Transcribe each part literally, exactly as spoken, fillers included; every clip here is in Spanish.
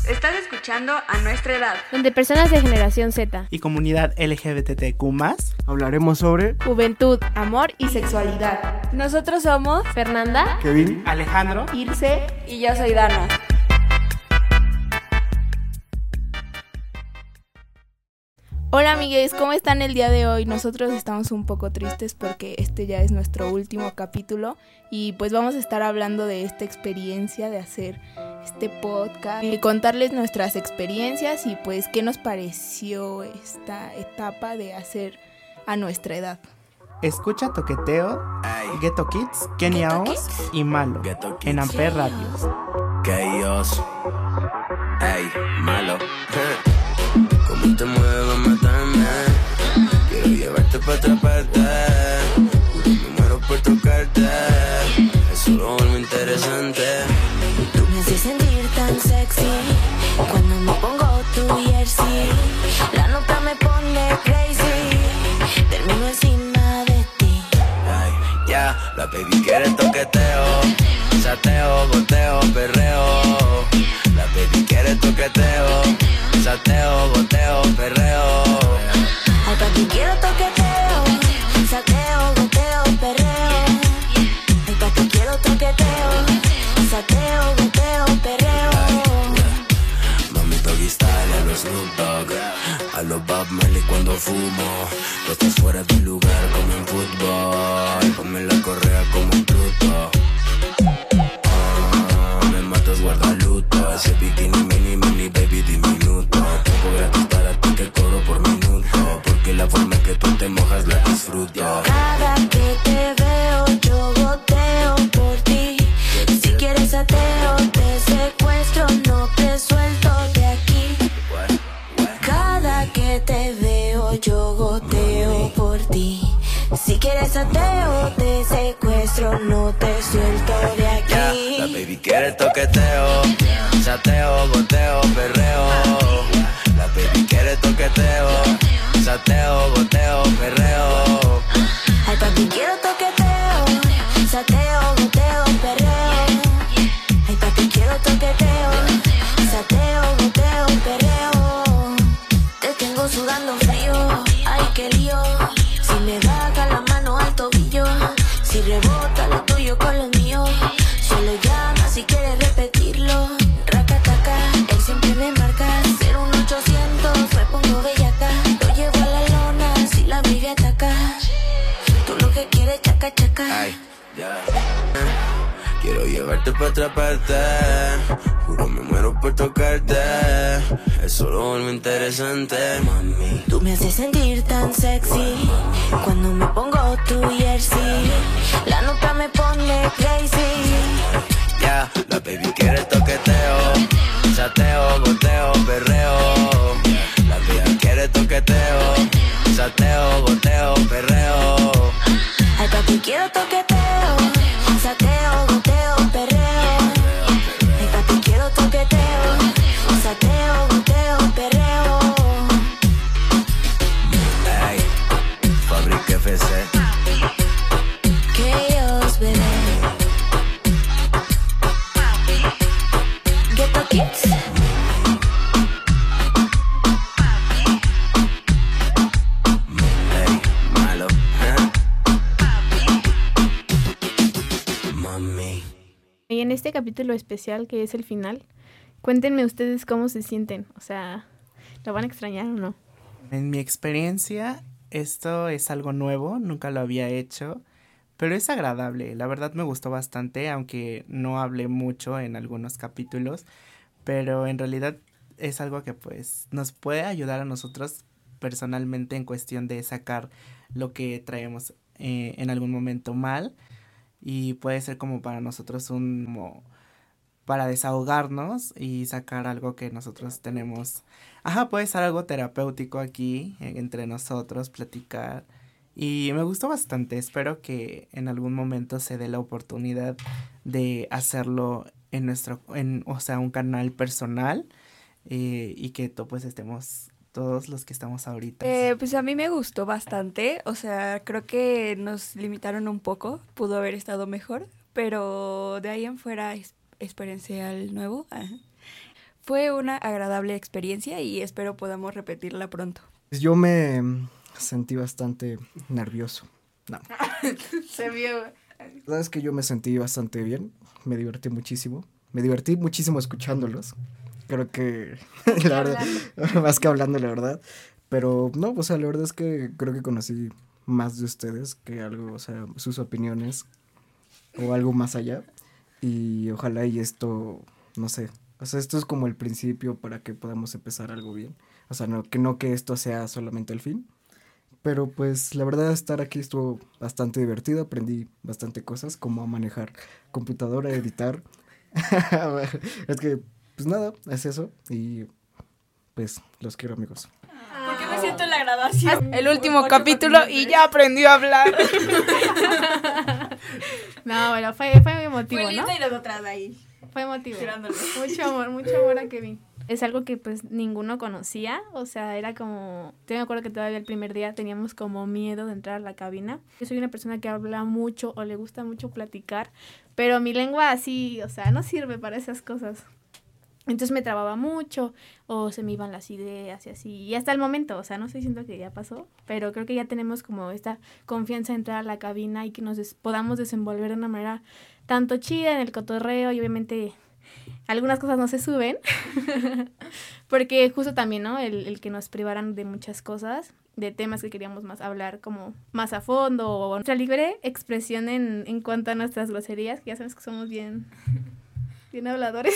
Estás escuchando A Nuestra Edad, donde personas de generación Z y comunidad L G B T Q más hablaremos sobre juventud, amor y sexualidad. Nosotros somos Fernanda, Kevin, Alejandro, Ilse y yo soy Dana. Hola amigues, ¿cómo están el día de hoy? Nosotros estamos un poco tristes porque este ya es nuestro último capítulo y pues vamos a estar hablando de esta experiencia de hacer este podcast y contarles nuestras experiencias y pues qué nos pareció esta etapa de hacer A Nuestra Edad. Escucha Toqueteo, Ghetto Kids, Kenia Oz y Malo en Amper Radio. Chaos, ey, Malo. Cómo te mueves, mátame. Quiero llevarte pa' otra parte. Juro me muero por tocarte. Es solo algo interesante. Tú me haces sentir tan sexy cuando me pongo tu jersey. La nota me pone crazy. Termino encima de ti. Ay, ya, yeah, la baby quiere toqueteo. Sateo, goteo, perreo. La baby quiere toqueteo. Sateo, goteo, perreo. Ay, papi, quiero toqueteo. Sateo, goteo, perreo. Ay, papi, quiero toqueteo. Sateo, goteo, perreo. Mami, doggy style a los Snoop Dogg. A los Bob Marley cuando fumo. Tú estás fuera del lugar como en fútbol. Ponme la correa como un pluto. Oh, me matas, guarda luto. Ese bikini mini, mini, baby diminuto. Tiempo gratis para ti que cobro por minuto. Porque la forma en que tú te mojas la disfruto. Cada que te veo yo goteo por ti. Si quieres ateo te secuestro, no te suelto de aquí. Cada que te veo yo goteo por ti. Si quieres ateo te secuestro, no te suelto de aquí. Yeah, la baby quiere toqueteo. Sateo, goteo, perreo. La baby quiere toqueteo. Sateo, goteo, perreo. Ay, papi, quiero toqueteo. Sateo, goteo, perreo. Ay, papi, quiero toqueteo. Sateo, goteo, perreo. Te tengo sudando frío. Ay, qué lío. Si me baja la mano al tobillo. Si rebota lo tuyo con lo mío. Solo llama si quieres repetirlo. Racataca, él siempre me marca. Cero uno ochocientos, me pongo bellaca. Lo llevo a la lona si la baby ataca. Tú lo que quieres, chaca, chaca. Ay, ya. Quiero llevarte pa' otra parte. Juro me muero por tocarte. Es solo algo interesante, mami. Tú me haces sentir tan sexy cuando me pongo tu jersey. La nota me pone crazy. Ya, yeah, la baby quiere toqueteo. Sateo, goteo, perreo. La baby quiere toqueteo. Sateo, goteo, perreo. Ay, papi, quiero toqueteo. Sateo, goteo, perreo. Ay, papi, quiero toqueteo. Sateo, goteo, perreo. Ay, Fabric F C. Chaos, bebé. Ghetto Kids. Hey, Malo, ¿eh? Mami. Y en este capítulo especial que es el final, cuéntenme ustedes cómo se sienten, o sea, ¿lo van a extrañar o no? En mi experiencia, esto es algo nuevo, nunca lo había hecho, pero es agradable, la verdad me gustó bastante, aunque no hablé mucho en algunos capítulos, pero en realidad es algo que pues nos puede ayudar a nosotros personalmente en cuestión de sacar lo que traemos eh, en algún momento mal, y puede ser como para nosotros un como para desahogarnos y sacar algo que nosotros tenemos. Ajá, puede ser algo terapéutico aquí eh, entre nosotros, platicar. Y me gustó bastante, espero que en algún momento se dé la oportunidad de hacerlo en nuestro, en, o sea, un canal personal eh, y que to, pues estemos todos los que estamos ahorita. Eh, pues a mí me gustó bastante, o sea, creo que nos limitaron un poco, pudo haber estado mejor, pero de ahí en fuera es experiencial nuevo. Ajá. fue una agradable experiencia y espero podamos repetirla pronto. Yo me sentí bastante nervioso. No. Se vio. La verdad es que yo me sentí bastante bien, me divertí muchísimo, me divertí muchísimo escuchándolos, creo que, la verdad, más que hablando, la verdad, pero no, o sea, la verdad es que creo que conocí más de ustedes que algo, o sea, sus opiniones o algo más allá, y ojalá y esto, no sé, o sea, esto es como el principio para que podamos empezar algo bien, o sea, no que, no que esto sea solamente el fin. Pero pues la verdad estar aquí estuvo bastante divertido, aprendí bastante cosas, como a manejar computadora, editar. Es que, pues nada, es eso y pues los quiero, amigos. ¿Por qué me siento en la graduación? El último capítulo y ya aprendió a hablar. No, bueno, fue, fue muy emotivo, Fue ¿no? linda y nosotras ahí. Fue emotivo. Tirándole. Mucho amor, mucho amor a Kevin. Es algo que pues ninguno conocía, o sea, era como, yo me acuerdo que todavía el primer día teníamos como miedo de entrar a la cabina. Yo soy una persona que habla mucho o le gusta mucho platicar, pero mi lengua así, o sea, no sirve para esas cosas. Entonces me trababa mucho o se me iban las ideas y así. Y hasta el momento, o sea, no estoy diciendo que ya pasó, pero creo que ya tenemos como esta confianza de entrar a la cabina y que nos des- podamos desenvolver de una manera tanto chida en el cotorreo y obviamente algunas cosas no se suben. Porque justo también, ¿no? El, el que nos privaran de muchas cosas, de temas que queríamos más hablar como más a fondo o nuestra libre expresión en, en cuanto a nuestras groserías, que ya sabes que somos bien... bien habladores.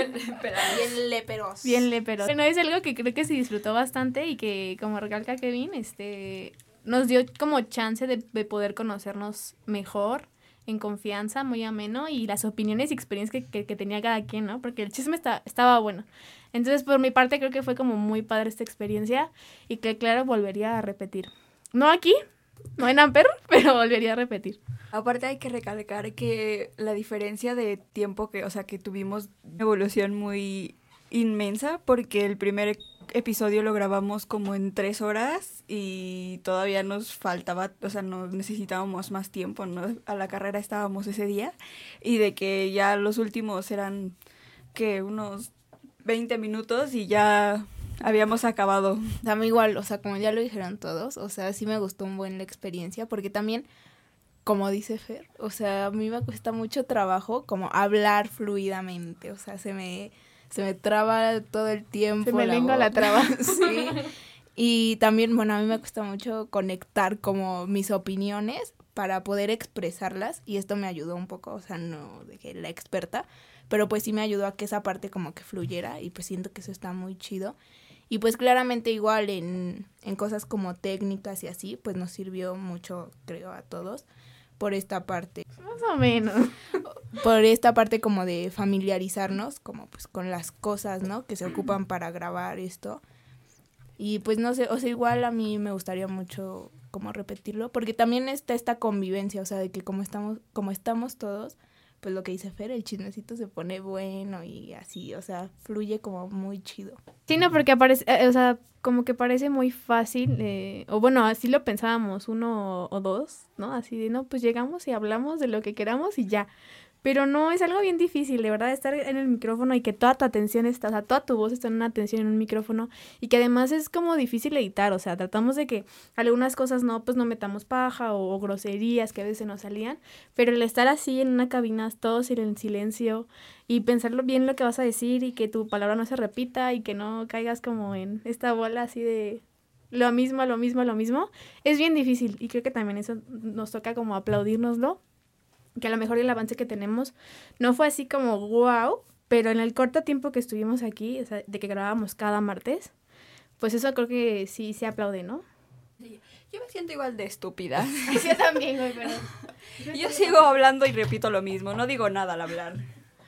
Bien léperos. Bien léperos. Bueno, es algo que creo que se disfrutó bastante y que, como recalca Kevin, este, nos dio como chance de, de poder conocernos mejor, en confianza, muy ameno, y las opiniones y experiencias que, que, que tenía cada quien, ¿no? Porque el chisme está, estaba bueno. Entonces, por mi parte, creo que fue como muy padre esta experiencia y que, claro, volvería a repetir. No aquí, no en Amper, pero volvería a repetir. Aparte hay que recalcar que la diferencia de tiempo que, o sea, que tuvimos una evolución muy inmensa porque el primer episodio lo grabamos como en tres horas y todavía nos faltaba, o sea, nos necesitábamos más tiempo, ¿no? A la carrera estábamos ese día y de que ya los últimos eran, que unos veinte minutos y ya habíamos acabado. A mí igual, o sea, como ya lo dijeron todos, o sea, sí me gustó un buen la experiencia, porque también, como dice Fer, o sea, a mí me cuesta mucho trabajo como hablar fluidamente, o sea, se me, se me traba todo el tiempo. Se me la lengua la boca. traba. Sí, y también, bueno, a mí me cuesta mucho conectar como mis opiniones para poder expresarlas, y esto me ayudó un poco, o sea, no de que la experta, pero pues sí me ayudó a que esa parte como que fluyera, y pues siento que eso está muy chido. Y pues claramente igual en, en cosas como técnicas y así, pues nos sirvió mucho, creo, a todos por esta parte. Más o menos. Por esta parte como de familiarizarnos como pues con las cosas, ¿no? Que se ocupan para grabar esto. Y pues no sé, o sea, igual a mí me gustaría mucho como repetirlo, porque también está esta convivencia, o sea, de que como estamos, como estamos todos, pues lo que dice Fer, el chismecito se pone bueno y así, o sea, fluye como muy chido. Sí, no, porque aparece, eh, o sea, como que parece muy fácil, eh, o bueno, así lo pensábamos, uno o, o dos, ¿no? Así de, no, pues llegamos y hablamos de lo que queramos y ya. Pero no, es algo bien difícil, de verdad, estar en el micrófono y que toda tu atención está, o sea, toda tu voz está en una atención en un micrófono y que además es como difícil editar, o sea, tratamos de que algunas cosas no, pues no metamos paja o, o groserías que a veces nos salían, pero el estar así en una cabina, todos en silencio y pensarlo bien lo que vas a decir y que tu palabra no se repita y que no caigas como en esta bola así de lo mismo, lo mismo, lo mismo, es bien difícil y creo que también eso nos toca como aplaudírnoslo. Que a lo mejor el avance que tenemos no fue así como wow, pero en el corto tiempo que estuvimos aquí, o sea, de que grabábamos cada martes, pues eso creo que sí se aplaude, ¿no? Sí, yo me siento igual de estúpida. Yo también, güey, pero... Yo sigo hablando y repito lo mismo, no digo nada al hablar.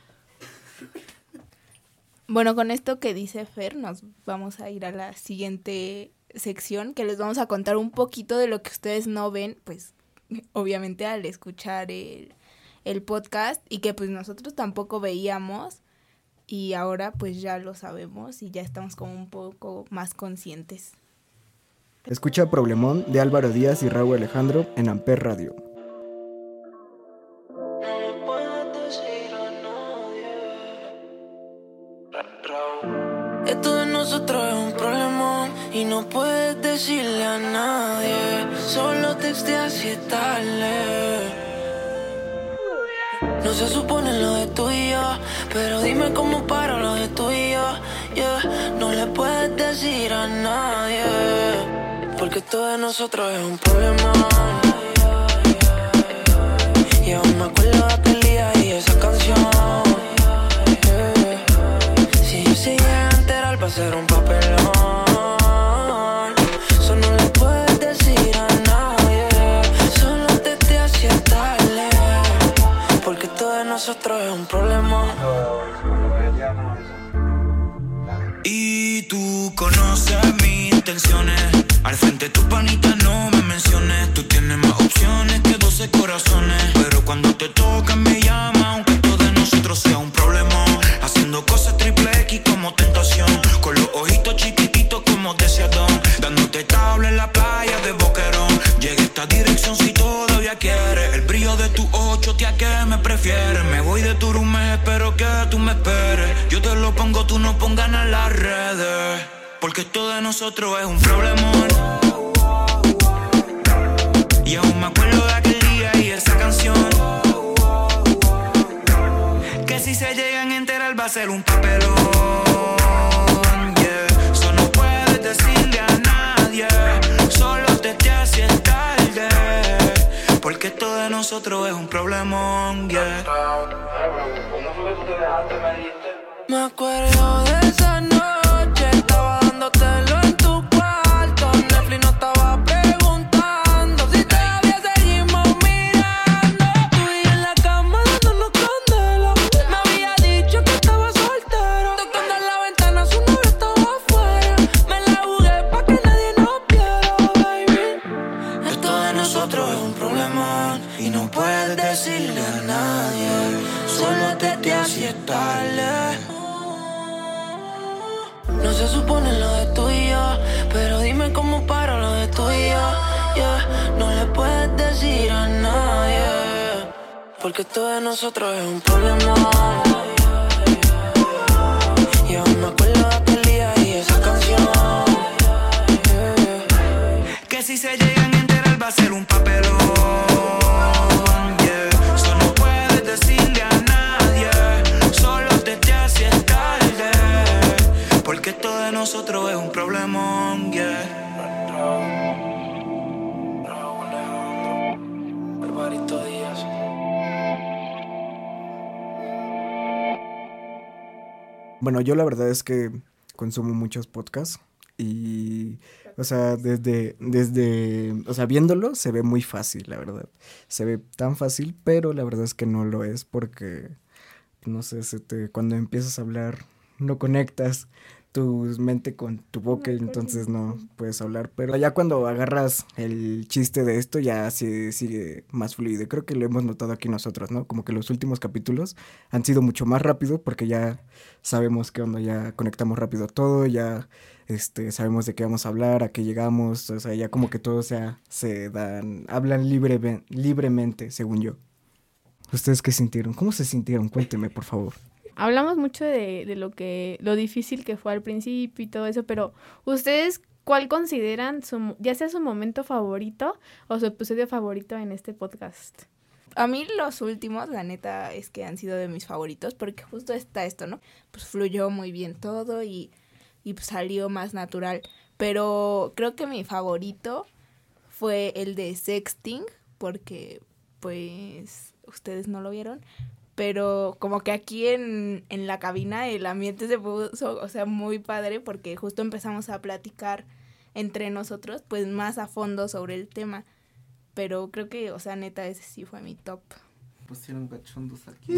Bueno, con esto que dice Fer, nos vamos a ir a la siguiente sección, que les vamos a contar un poquito de lo que ustedes no ven, pues obviamente al escuchar el, el podcast y que pues nosotros tampoco veíamos y ahora pues ya lo sabemos y ya estamos como un poco más conscientes. Escucha Problemón de Álvaro Díaz y Raúl Alejandro en Amper Radio. Raúl. nosotros es un problemón y no puedes decirle a nadie. Solo texteas y es tarde. No se supone lo de tú y yo, pero dime cómo paro lo de tú y yo, yeah. No le puedes decir a nadie, porque todo de nosotros es un problema. Y aún me acuerdo de aquel día y esa canción, yeah. Si yo se llega a enterar va a ser un papelón. Eso no le puedes decir a nadie. Solo te te hacía tarde, porque todo de nosotros es un problema. Y tú conoces mis intenciones. Al frente tu panita no me menciones. Tú tienes más opciones que doce corazones, pero cuando te tocan me llama, aunque todo de nosotros sea un problema. Haciendo cosas triple X como tentación, con los ojitos chiquititos como deseadón, dándote tabla en la playa de Boquerón. Llegué a esta dirección si todavía quieres. El brillo de tu ocho, tía, que me prefieres. Me voy de tu room, espero que tú me esperes. Yo te lo pongo, tú no pongas en las redes, porque esto de nosotros es un problemón. Y aún me acuerdo de aquel día y esa canción, que si se llegan a enterar va a ser un papelón, yeah. Eso no puedes decirle a nadie. Solo te te haces tarde, porque esto de nosotros es un problemón, yeah. Me acuerdo de esa noche, estaba dándotelo en tu cuarto. Netflix no estaba preguntando si todavía seguimos mirando. Tú y en la cama dándonos candela. Me había dicho que estaba soltero, tocando en la ventana, su novio estaba afuera. Me la jugué pa' que nadie nos viera, baby. Esto de nosotros es un problemón y no puedes decirle a nadie. Solo te te hacía tarde. No se supone lo de tú y yo, pero dime cómo paro lo de tú y yo, yeah. No le puedes decir a nadie, porque todo de nosotros es un problema. Y aún me acuerdo de aquel día y esa canción, yeah. Que si se llegan a enterar va a ser un papelón, yeah. Eso no puedes decirle a nadie. Solo te te haces tarde, porque esto de nosotros es un problemón, yeah. Alvarito Díaz. Bueno, yo la verdad es que consumo muchos podcasts y, o sea, desde, desde, o sea, viéndolo se ve muy fácil, la verdad. Se ve tan fácil, pero la verdad es que no lo es porque, no sé, se te, cuando empiezas a hablar no conectas tu mente con tu boca, y entonces no puedes hablar, pero ya cuando agarras el chiste de esto ya se sigue más fluido. Creo que lo hemos notado aquí nosotros, ¿no? Como que los últimos capítulos han sido mucho más rápido porque ya sabemos qué onda, ya conectamos rápido todo, ya este sabemos de qué vamos a hablar, a qué llegamos, o sea, ya como que todos ya se dan, hablan libre, libremente, según yo. ¿Ustedes qué sintieron? ¿Cómo se sintieron? Cuénteme, por favor. Hablamos mucho de, de lo que, lo difícil que fue al principio y todo eso, pero ¿ustedes cuál consideran su, ya sea su momento favorito o su episodio favorito en este podcast? A mí los últimos, la neta, es que han sido de mis favoritos, porque justo está esto, ¿no? Pues fluyó muy bien todo y, y pues salió más natural. Pero creo que mi favorito fue el de sexting, porque pues ustedes no lo vieron, pero como que aquí en, en la cabina el ambiente se puso, o sea, muy padre, porque justo empezamos a platicar entre nosotros, pues más a fondo sobre el tema. Pero creo que, o sea, neta, ese sí fue mi top. Pusieron cachondos aquí.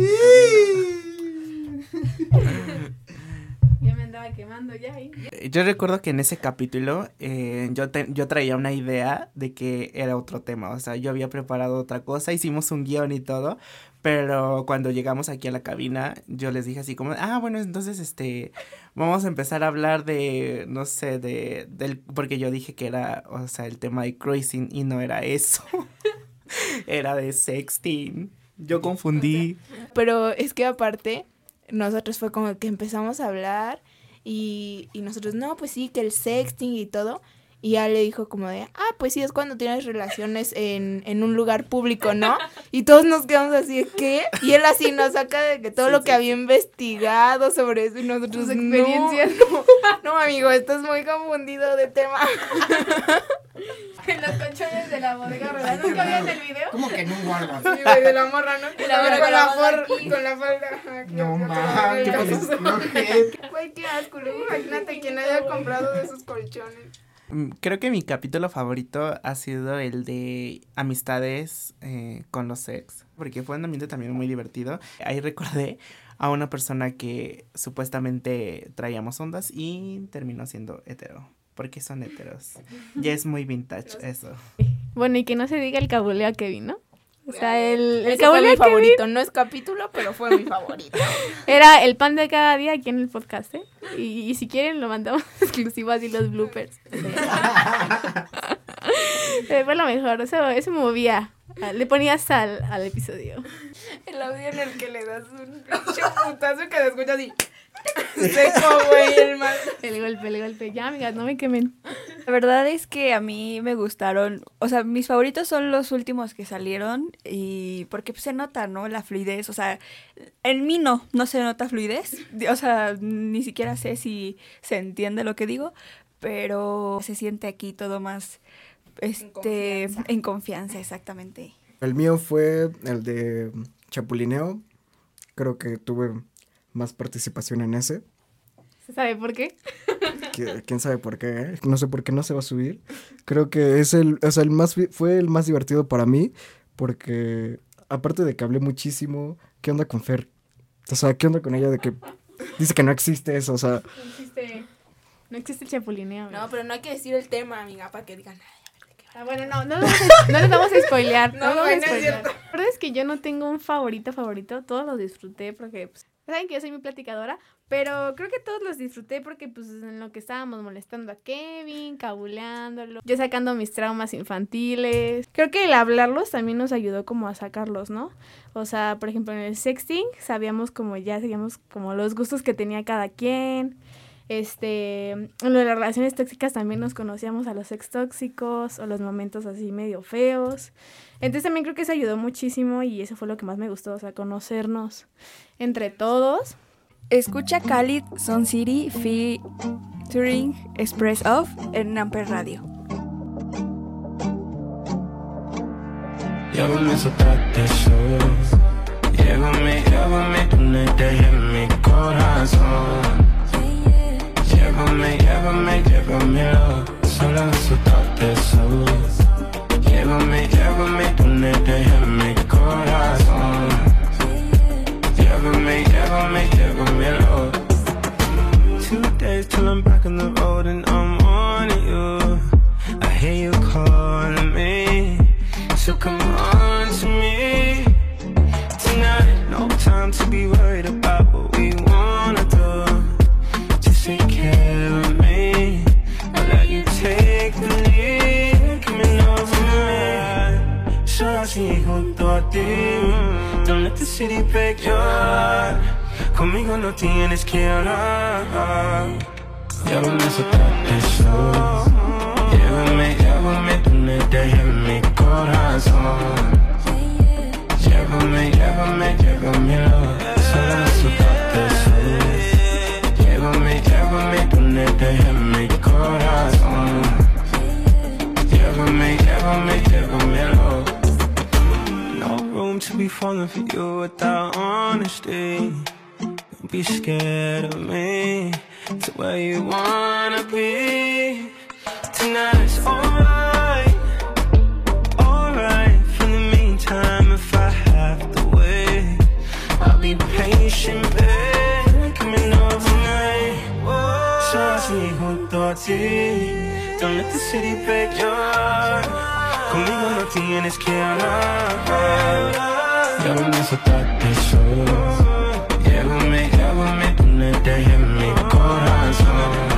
Ya me andaba quemando ya ahí. Yo recuerdo que en ese capítulo eh, yo, te, yo traía una idea de que era otro tema. O sea, yo había preparado otra cosa, hicimos un guión y todo. Pero cuando llegamos aquí a la cabina, yo les dije así como, ah, bueno, entonces, este, vamos a empezar a hablar de, no sé, de, del, porque yo dije que era, o sea, el tema de cruising y no era eso, era de sexting, yo confundí. Pero es que aparte, nosotros fue como que empezamos a hablar Y, y nosotros, no, pues sí, que el sexting y todo. Y ya le dijo como de, ah, pues sí, es cuando tienes relaciones en, en un lugar público, ¿no? Y todos nos quedamos así, ¿de qué? Y él así nos saca de que todo sí, lo que sí. había investigado sobre eso y nosotros, sus experiencias. No, no, no, amigo, estás muy confundido de tema. En los colchones de la bodega, ¿verdad? ¿Nunca vieron el video? ¿Cómo que no guardas? Sí, güey, de la morra, ¿no? De la morra con, con la la for, aquí. con la falda. No, ma, ¿qué pasó? Güey, qué asco, luego imagínate quien haya comprado de esos colchones. Creo que mi capítulo favorito ha sido el de amistades eh, con los ex, porque fue un ambiente también muy divertido. Ahí recordé a una persona que supuestamente traíamos ondas y terminó siendo hetero, porque son heteros. Ya es muy vintage eso. Bueno, y que no se diga el cabuleo a Kevin, ¿no? O sea, el, el Ese fue mi Kevin favorito, no es capítulo, pero fue mi favorito. Era el pan de cada día aquí en el podcast, ¿eh? Y, y si quieren lo mandamos exclusivo así los bloopers. Eh, fue lo mejor, eso, eso movía, le ponía sal al episodio. El audio en el que le das un putazo que te escuchas así seco, güey, el mal. El golpe, el golpe. Ya, amigas, no me quemen. La verdad es que a mí me gustaron, o sea, mis favoritos son los últimos que salieron y porque pues, se nota, ¿no? La fluidez, o sea, en mí no, no se nota fluidez, o sea, ni siquiera sé si se entiende lo que digo, pero se siente aquí todo más, este, en confianza, en confianza exactamente. El mío fue el de Chapulineo, creo que tuve más participación en ese. ¿Se sabe por qué? ¿Quién sabe por qué? ¿eh? No sé por qué no se va a subir. Creo que es el, o sea, el más, fue el más divertido para mí, porque aparte de que hablé muchísimo, ¿qué onda con Fer? O sea, ¿qué onda con ella de que dice que no existe eso? O sea, no existe, no existe el chapulineo. No, pero no hay que decir el tema, amiga, para que digan nada. Ah, bueno, no, no, no les vamos a spoilear. No, no, no bueno, es cierto. La verdad es que yo no tengo un favorito favorito, todos los disfruté porque, pues, saben que yo soy muy platicadora, pero creo que todos los disfruté porque, pues, en lo que estábamos molestando a Kevin, cabuleándolo, yo sacando mis traumas infantiles. Creo que el hablarlos también nos ayudó como a sacarlos, ¿no? O sea, por ejemplo, en el sexting sabíamos como ya, sabíamos como los gustos que tenía cada quien. Este, en lo de las relaciones tóxicas también nos conocíamos a los ex tóxicos o los momentos así medio feos. Entonces también creo que eso ayudó muchísimo y eso fue lo que más me gustó, o sea, conocernos entre todos. Escucha Khalid, Sun City, featuring Express Off en Amper Radio. Llévame, soltate eso. Llévame, llévame, tú no dejes en mi corazón. Llévame, llévame, llévamelo, solo soltate eso. Llévame, llévame, tú no dejes en mi corazón. Llévame, llévame, llévamelo. Two days till I'm back on the road and I'm on you. I hear you calling me, so come on to me tonight. No time to be worried about what we wanna do. Just take care of me, I'll let you take the lead. Coming over me, so así junto a ti. Don't let the city break your heart. Conmigo no tienes que hablar. Llévame, soltate eso. Llévame, llévame, tú no dejes en mi corazón. Llévame, llévame, llévamelo, solo soltate eso. Llévame, llévame, tú no dejes en mi corazón. Llévame, llévame, llévamelo. No room to be falling for you without honesty. Don't be scared of me. It's where you wanna be. Tonight's alright, alright. For the meantime, if I have to wait, I'll be patient, babe. Coming overnight, so así junto a ti. Don't let the city break your heart. Conmigo no tienes que hablar. Llévame, soltate eso. Llévame, llévame, tú no dejes en mi corazón.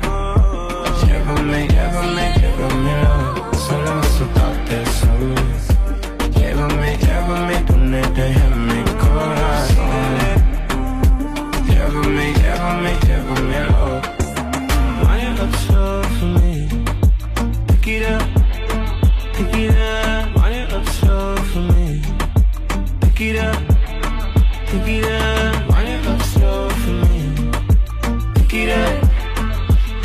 Llévame, llévame, llévamelo, solo soltate eso. Llévame, llévame, tú no dejes en mi corazón. Llévame, llévame, llévamelo.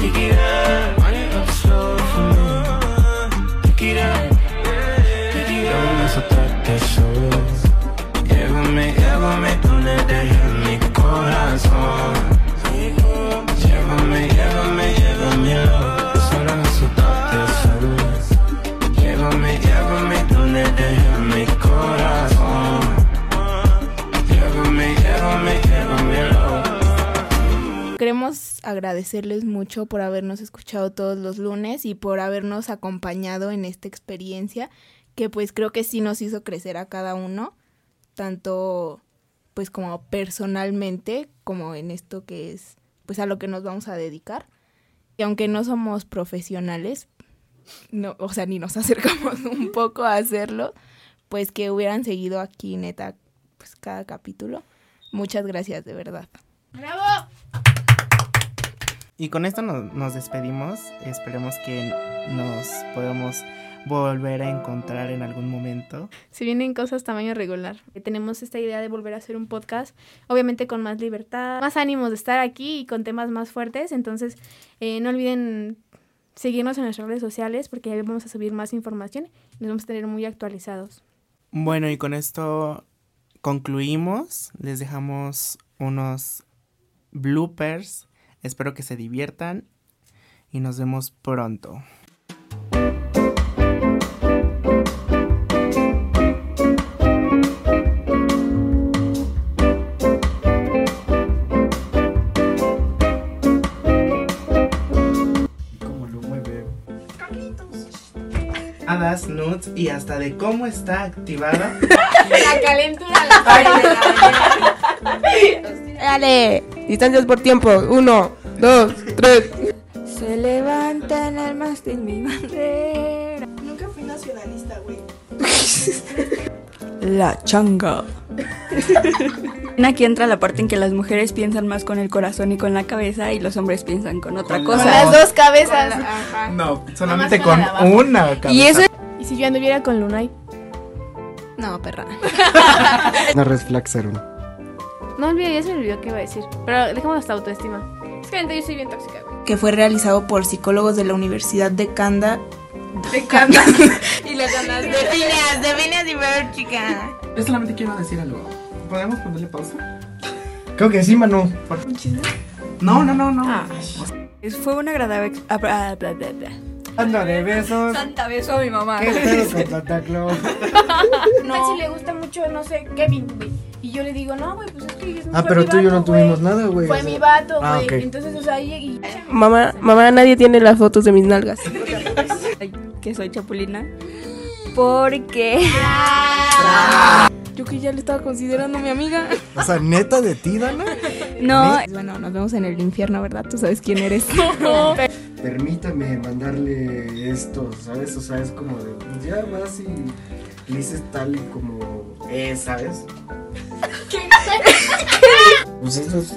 Take it up, wind it up slow for me. Take it up, take it up. No me soltaste solo. Llévame, llévame donde dejes mi corazón. Llévame, llévame, llévamelo. Solo me soltaste solo. Llévame, llévame donde dejes mi corazón. Llévame, llévame, llévamelo. Queremos agradecerles mucho por habernos escuchado todos los lunes y por habernos acompañado en esta experiencia que pues creo que sí nos hizo crecer a cada uno, tanto pues como personalmente como en esto que es pues a lo que nos vamos a dedicar. Y aunque no somos profesionales, no, o sea, ni nos acercamos un poco a hacerlo, pues que hubieran seguido aquí neta pues cada capítulo. Muchas gracias, de verdad. ¡Bravo! Y con esto no, nos despedimos. Esperemos que nos podamos volver a encontrar en algún momento. Se vienen cosas tamaño regular. Tenemos esta idea de volver a hacer un podcast, obviamente con más libertad, más ánimos de estar aquí y con temas más fuertes. Entonces, eh, no olviden seguirnos en nuestras redes sociales porque ahí vamos a subir más información y nos vamos a tener muy actualizados. Bueno, y con esto concluimos. Les dejamos unos bloopers. Espero que se diviertan y nos vemos pronto. ¿Cómo lo mueve? Hadas, nudes y hasta de cómo está activada. La calentura la Dale, distancias por tiempo. Uno, dos, tres. Se levanta en el mástil mi bandera. Nunca fui nacionalista, güey. La changa. Aquí entra la parte en que las mujeres piensan más con el corazón y con la cabeza y los hombres piensan con otra Con cosa. Con las dos cabezas. No, solamente Nomás con con la de abajo. una cabeza. Y eso ¿Y si yo anduviera con Lunay? No, perra. Una red flag cero. No olvidé, ya se me olvidó qué iba a decir. Pero dejemos hasta autoestima. Es que la neta yo soy bien tóxica, güey. Que fue realizado por psicólogos de la Universidad de Canda. De canta. Y las ganas de Phineas, de Phineas y Ferb, chica. Yo solamente quiero decir algo. ¿Podemos ponerle pausa? Creo que sí, Manu. No, no, no, no. Ah. fue una agradable... ex- ah, bla, bla, bla, bla. Anda de besos. Santa beso a mi mamá. ¿Qué pedo con Santa Claus? No. Si le gusta mucho, no sé, Kevin, güey. Y yo le digo, no, güey, pues es que... Ah, fue pero mi tú y yo vato, no tuvimos güey. nada, güey. Fue o sea. mi vato, güey. Ah, ok. Entonces, o sea, y... y- Mamá, mamá, nadie tiene las fotos de mis nalgas. Ay, que soy chapulina. Porque... Yo que ya le estaba considerando mi amiga. O sea, neta de ti, Dana. No, Bueno, nos vemos en el infierno, ¿verdad? Tú sabes quién eres. Permítame mandarle esto, ¿sabes? O sea, es como de. Pues ya vas y le dices tal y como es, ¿sabes? Pues estos.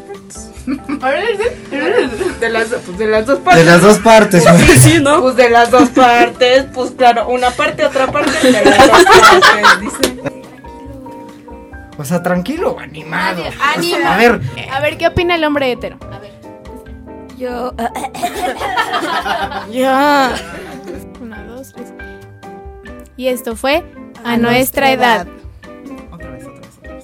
De las, pues de las dos partes. De las dos partes, güey. sí, ¿no? Pues de las dos partes. Pues claro, una parte, otra parte. De las dos partes, dice. O sea, tranquilo, animado. Ánimo. A ver, A ver, ¿qué opina el hombre hetero? A ver. Yo... Ya. Una, dos, tres. Y esto fue A, nuestra, edad. Otra vez, otra vez, otra vez.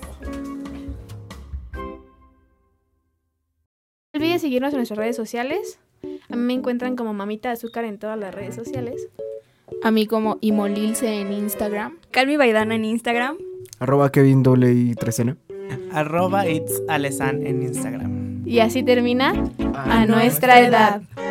No olviden seguirnos en nuestras redes sociales. A mí me encuentran como Mamita Azúcar en todas las redes sociales. A mí como Imolilce en Instagram. Calmi Baidana en Instagram. arroba Kevin doble y tres N. Arroba it's Alesan en Instagram. Y así termina A, nuestra edad.